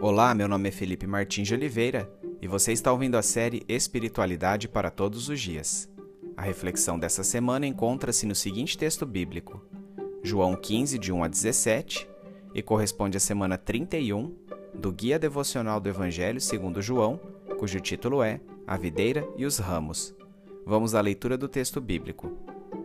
Olá, meu nome é Felipe Martins de Oliveira e você está ouvindo a série Espiritualidade para Todos os Dias. A reflexão dessa semana encontra-se no seguinte texto bíblico, João 15, de 1 a 17, e corresponde à semana 31 do Guia Devocional do Evangelho segundo João, cujo título é A Videira e os Ramos. Vamos à leitura do texto bíblico.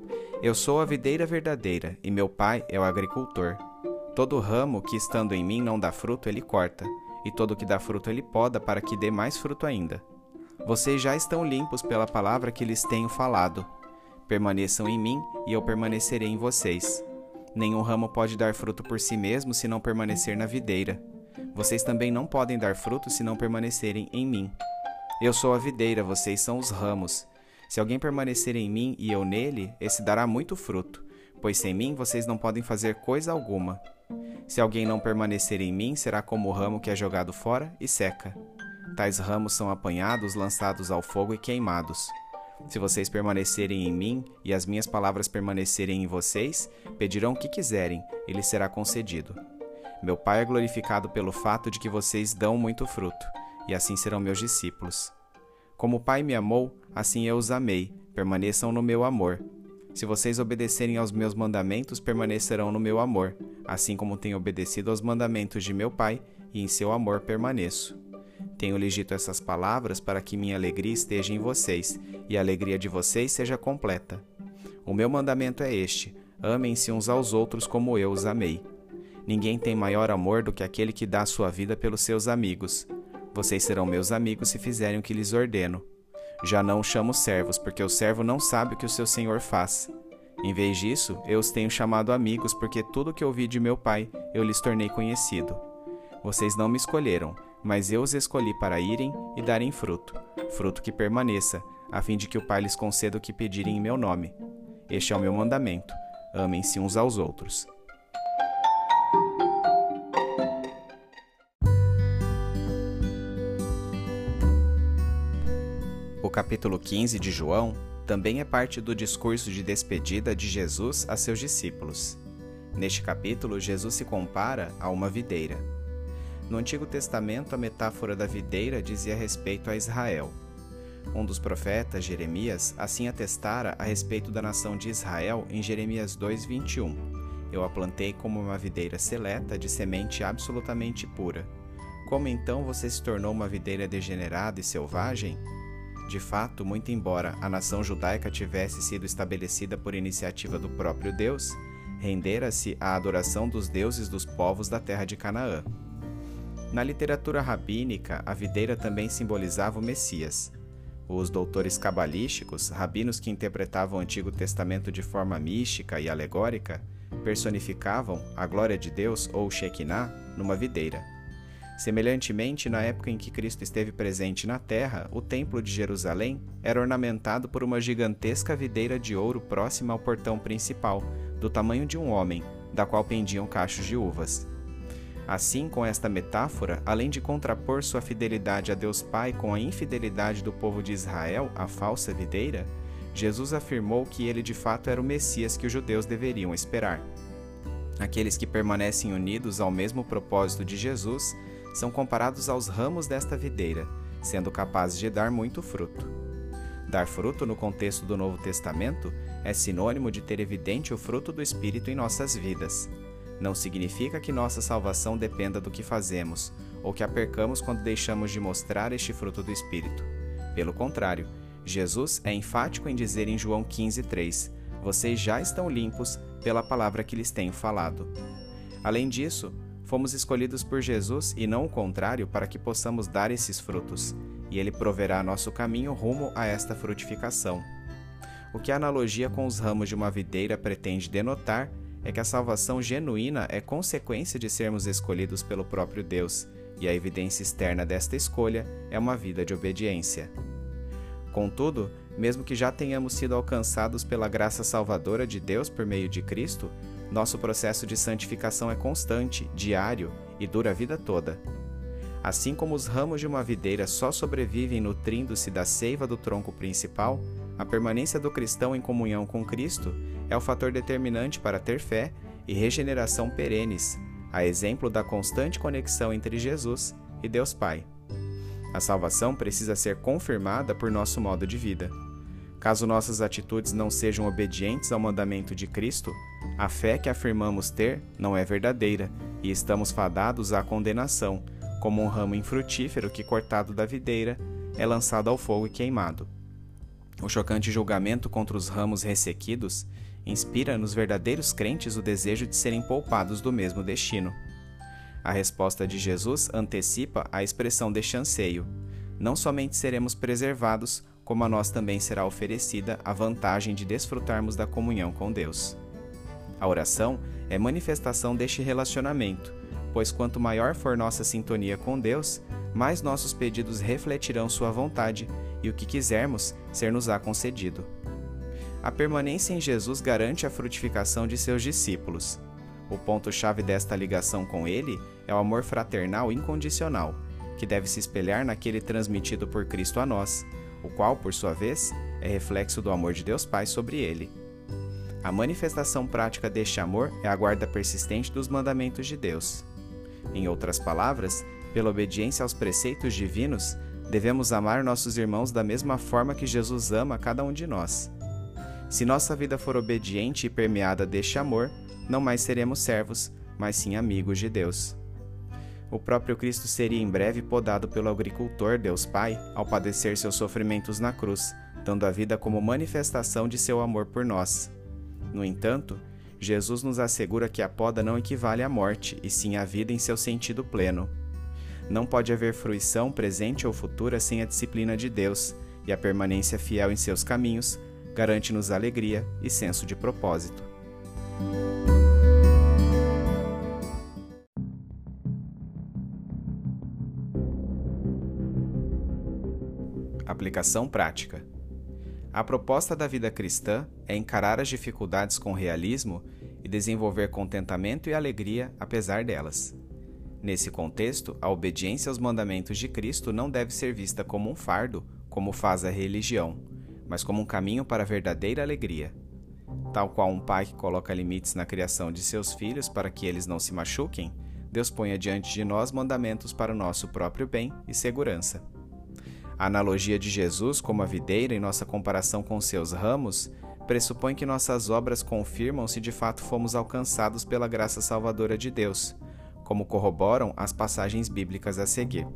Eu sou a videira verdadeira e meu pai é o agricultor. Todo ramo que estando em mim não dá fruto, ele corta, e todo que dá fruto ele poda para que dê mais fruto ainda. Vocês já estão limpos pela palavra que lhes tenho falado. Permaneçam em mim e eu permanecerei em vocês. Nenhum ramo pode dar fruto por si mesmo se não permanecer na videira. Vocês também não podem dar fruto se não permanecerem em mim. Eu sou a videira, vocês são os ramos. Se alguém permanecer em mim e eu nele, esse dará muito fruto, pois sem mim vocês não podem fazer coisa alguma. Se alguém não permanecer em mim, será como o ramo que é jogado fora e seca. Tais ramos são apanhados, lançados ao fogo e queimados. Se vocês permanecerem em mim e as minhas palavras permanecerem em vocês, pedirão o que quiserem, e lhes será concedido. Meu Pai é glorificado pelo fato de que vocês dão muito fruto, e assim serão meus discípulos. Como o Pai me amou, assim eu os amei, permaneçam no meu amor. Se vocês obedecerem aos meus mandamentos, permanecerão no meu amor, assim como tenho obedecido aos mandamentos de meu Pai, e em seu amor permaneço. Tenho-lhes dito essas palavras para que minha alegria esteja em vocês, e a alegria de vocês seja completa. O meu mandamento é este: amem-se uns aos outros como eu os amei. Ninguém tem maior amor do que aquele que dá a sua vida pelos seus amigos. Vocês serão meus amigos se fizerem o que lhes ordeno. Já não os chamo servos, porque o servo não sabe o que o seu senhor faz. Em vez disso, eu os tenho chamado amigos, porque tudo o que ouvi de meu Pai, eu lhes tornei conhecido. Vocês não me escolheram, mas eu os escolhi para irem e darem fruto, fruto que permaneça, a fim de que o Pai lhes conceda o que pedirem em meu nome. Este é o meu mandamento: amem-se uns aos outros. O capítulo 15 de João também é parte do discurso de despedida de Jesus a seus discípulos. Neste capítulo, Jesus se compara a uma videira. No Antigo Testamento, a metáfora da videira dizia respeito a Israel. Um dos profetas, Jeremias, assim atestara a respeito da nação de Israel em Jeremias 2:21. Eu a plantei como uma videira seleta de semente absolutamente pura. Como então você se tornou uma videira degenerada e selvagem? De fato, muito embora a nação judaica tivesse sido estabelecida por iniciativa do próprio Deus, rendera-se à adoração dos deuses dos povos da terra de Canaã. Na literatura rabínica, a videira também simbolizava o Messias. Os doutores cabalísticos, rabinos que interpretavam o Antigo Testamento de forma mística e alegórica, personificavam a glória de Deus, ou Shekinah, numa videira. Semelhantemente, na época em que Cristo esteve presente na terra, o Templo de Jerusalém era ornamentado por uma gigantesca videira de ouro próxima ao portão principal, do tamanho de um homem, da qual pendiam cachos de uvas. Assim, com esta metáfora, além de contrapor sua fidelidade a Deus Pai com a infidelidade do povo de Israel à falsa videira, Jesus afirmou que ele de fato era o Messias que os judeus deveriam esperar. Aqueles que permanecem unidos ao mesmo propósito de Jesus são comparados aos ramos desta videira, sendo capazes de dar muito fruto. Dar fruto no contexto do Novo Testamento é sinônimo de ter evidente o fruto do Espírito em nossas vidas. Não significa que nossa salvação dependa do que fazemos, ou que a percamos quando deixamos de mostrar este fruto do Espírito. Pelo contrário, Jesus é enfático em dizer em João 15:3, vocês já estão limpos pela palavra que lhes tenho falado. Além disso, fomos escolhidos por Jesus e não o contrário para que possamos dar esses frutos, e Ele proverá nosso caminho rumo a esta frutificação. O que a analogia com os ramos de uma videira pretende denotar é que a salvação genuína é consequência de sermos escolhidos pelo próprio Deus, e a evidência externa desta escolha é uma vida de obediência. Contudo, mesmo que já tenhamos sido alcançados pela graça salvadora de Deus por meio de Cristo, nosso processo de santificação é constante, diário e dura a vida toda. Assim como os ramos de uma videira só sobrevivem nutrindo-se da seiva do tronco principal, a permanência do cristão em comunhão com Cristo é o fator determinante para ter fé e regeneração perenes, a exemplo da constante conexão entre Jesus e Deus Pai. A salvação precisa ser confirmada por nosso modo de vida. Caso nossas atitudes não sejam obedientes ao mandamento de Cristo, a fé que afirmamos ter não é verdadeira e estamos fadados à condenação, como um ramo infrutífero que, cortado da videira, é lançado ao fogo e queimado. O chocante julgamento contra os ramos ressequidos inspira nos verdadeiros crentes o desejo de serem poupados do mesmo destino. A resposta de Jesus antecipa a expressão deste anseio. Não somente seremos preservados, como a nós também será oferecida a vantagem de desfrutarmos da comunhão com Deus. A oração é manifestação deste relacionamento, pois quanto maior for nossa sintonia com Deus, mais nossos pedidos refletirão sua vontade e o que quisermos ser-nos-á concedido. A permanência em Jesus garante a frutificação de seus discípulos. O ponto-chave desta ligação com Ele é o amor fraternal incondicional, que deve se espelhar naquele transmitido por Cristo a nós, o qual, por sua vez, é reflexo do amor de Deus Pai sobre ele. A manifestação prática deste amor é a guarda persistente dos mandamentos de Deus. Em outras palavras, pela obediência aos preceitos divinos, devemos amar nossos irmãos da mesma forma que Jesus ama cada um de nós. Se nossa vida for obediente e permeada deste amor, não mais seremos servos, mas sim amigos de Deus. O próprio Cristo seria em breve podado pelo agricultor, Deus Pai, ao padecer seus sofrimentos na cruz, dando a vida como manifestação de seu amor por nós. No entanto, Jesus nos assegura que a poda não equivale à morte, e sim à vida em seu sentido pleno. Não pode haver fruição presente ou futura sem a disciplina de Deus, e a permanência fiel em seus caminhos garante-nos alegria e senso de propósito. Aplicação prática. A proposta da vida cristã é encarar as dificuldades com realismo e desenvolver contentamento e alegria apesar delas. Nesse contexto, a obediência aos mandamentos de Cristo não deve ser vista como um fardo, como faz a religião, mas como um caminho para a verdadeira alegria. Tal qual um pai que coloca limites na criação de seus filhos para que eles não se machuquem, Deus põe adiante de nós mandamentos para o nosso próprio bem e segurança. A analogia de Jesus como a videira em nossa comparação com seus ramos pressupõe que nossas obras confirmam se de fato fomos alcançados pela graça salvadora de Deus, como corroboram as passagens bíblicas a seguir.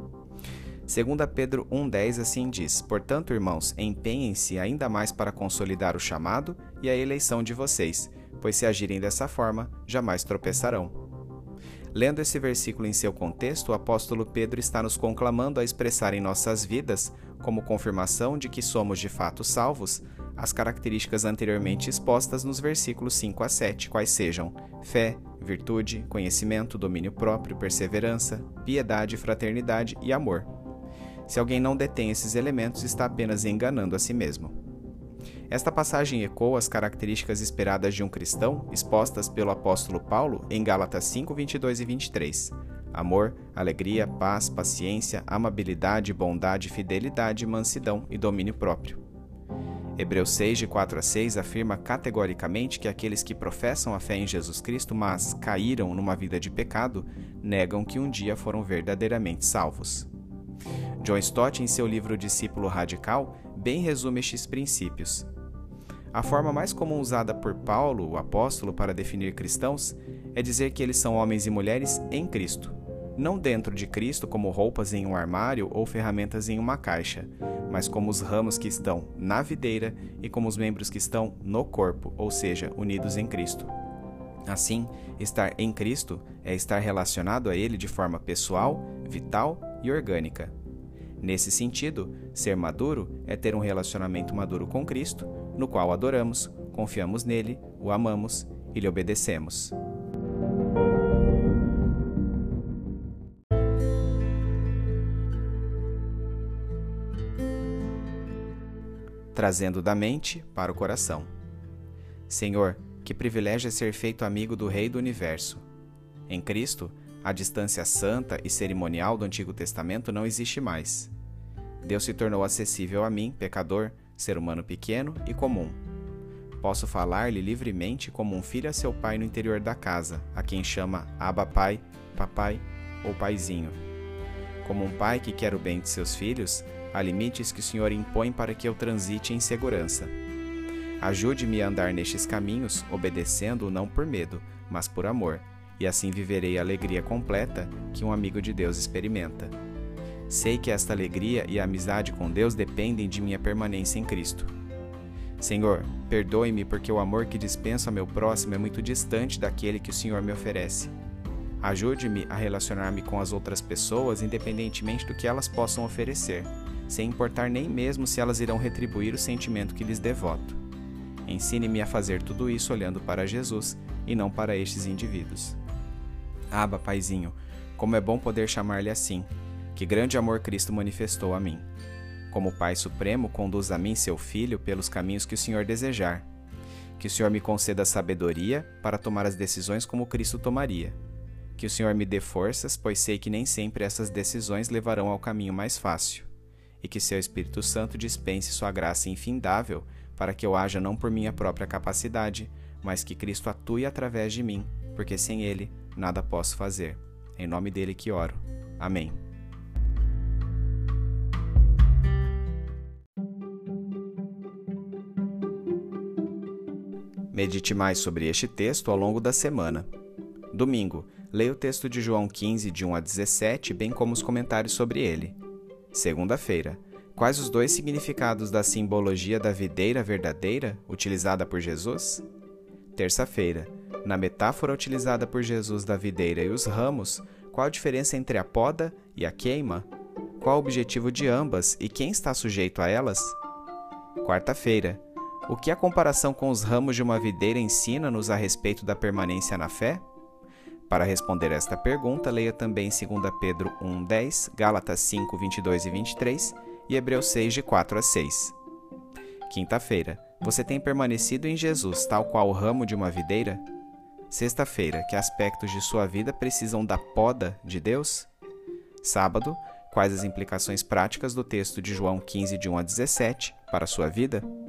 2 Pedro 1,10 assim diz: Portanto, irmãos, empenhem-se ainda mais para consolidar o chamado e a eleição de vocês, pois se agirem dessa forma, jamais tropeçarão. Lendo esse versículo em seu contexto, o apóstolo Pedro está nos conclamando a expressar em nossas vidas, como confirmação de que somos de fato salvos, as características anteriormente expostas nos versículos 5 a 7, quais sejam fé, virtude, conhecimento, domínio próprio, perseverança, piedade, fraternidade e amor. Se alguém não detém esses elementos, está apenas enganando a si mesmo. Esta passagem ecoa as características esperadas de um cristão expostas pelo apóstolo Paulo em Gálatas 5, 22 e 23. Amor, alegria, paz, paciência, amabilidade, bondade, fidelidade, mansidão e domínio próprio. Hebreus 6, de 4 a 6, afirma categoricamente que aqueles que professam a fé em Jesus Cristo, mas caíram numa vida de pecado, negam que um dia foram verdadeiramente salvos. John Stott, em seu livro Discípulo Radical, bem resume estes princípios. A forma mais comum usada por Paulo, o apóstolo, para definir cristãos é dizer que eles são homens e mulheres em Cristo, não dentro de Cristo como roupas em um armário ou ferramentas em uma caixa, mas como os ramos que estão na videira e como os membros que estão no corpo, ou seja, unidos em Cristo. Assim, estar em Cristo é estar relacionado a Ele de forma pessoal, vital e orgânica. Nesse sentido, ser maduro é ter um relacionamento maduro com Cristo, no qual adoramos, confiamos nele, o amamos e lhe obedecemos. Trazendo da mente para o coração. Senhor, que privilégio é ser feito amigo do Rei do Universo. Em Cristo, a distância santa e cerimonial do Antigo Testamento não existe mais. Deus se tornou acessível a mim, pecador, ser humano pequeno e comum. Posso falar-lhe livremente como um filho a seu pai no interior da casa, a quem chama Abba Pai, Papai ou Paizinho. Como um pai que quer o bem de seus filhos, há limites que o Senhor impõe para que eu transite em segurança. Ajude-me a andar nestes caminhos, obedecendo-o não por medo, mas por amor, e assim viverei a alegria completa que um amigo de Deus experimenta. Sei que esta alegria e a amizade com Deus dependem de minha permanência em Cristo. Senhor, perdoe-me porque o amor que dispenso a meu próximo é muito distante daquele que o Senhor me oferece. Ajude-me a relacionar-me com as outras pessoas independentemente do que elas possam oferecer, sem importar nem mesmo se elas irão retribuir o sentimento que lhes devoto. Ensine-me a fazer tudo isso olhando para Jesus e não para estes indivíduos. Abba, Paizinho, como é bom poder chamar-lhe assim. Que grande amor Cristo manifestou a mim. Como Pai Supremo, conduz a mim, seu Filho, pelos caminhos que o Senhor desejar. Que o Senhor me conceda sabedoria para tomar as decisões como Cristo tomaria. Que o Senhor me dê forças, pois sei que nem sempre essas decisões levarão ao caminho mais fácil. E que seu Espírito Santo dispense sua graça infindável para que eu haja não por minha própria capacidade, mas que Cristo atue através de mim, porque sem Ele nada posso fazer. Em nome dele que oro. Amém. Medite mais sobre este texto ao longo da semana. Domingo, leia o texto de João 15, de 1 a 17, bem como os comentários sobre ele. Segunda-feira, quais os dois significados da simbologia da videira verdadeira utilizada por Jesus? Terça-feira, na metáfora utilizada por Jesus da videira e os ramos, qual a diferença entre a poda e a queima? Qual o objetivo de ambas e quem está sujeito a elas? Quarta-feira, o que a comparação com os ramos de uma videira ensina-nos a respeito da permanência na fé? Para responder esta pergunta, leia também 2 Pedro 1:10, Gálatas 5, 22 e 23 e Hebreus 6, de 4 a 6. Quinta-feira, você tem permanecido em Jesus tal qual o ramo de uma videira? Sexta-feira, que aspectos de sua vida precisam da poda de Deus? Sábado, quais as implicações práticas do texto de João 15, de 1 a 17, para a sua vida?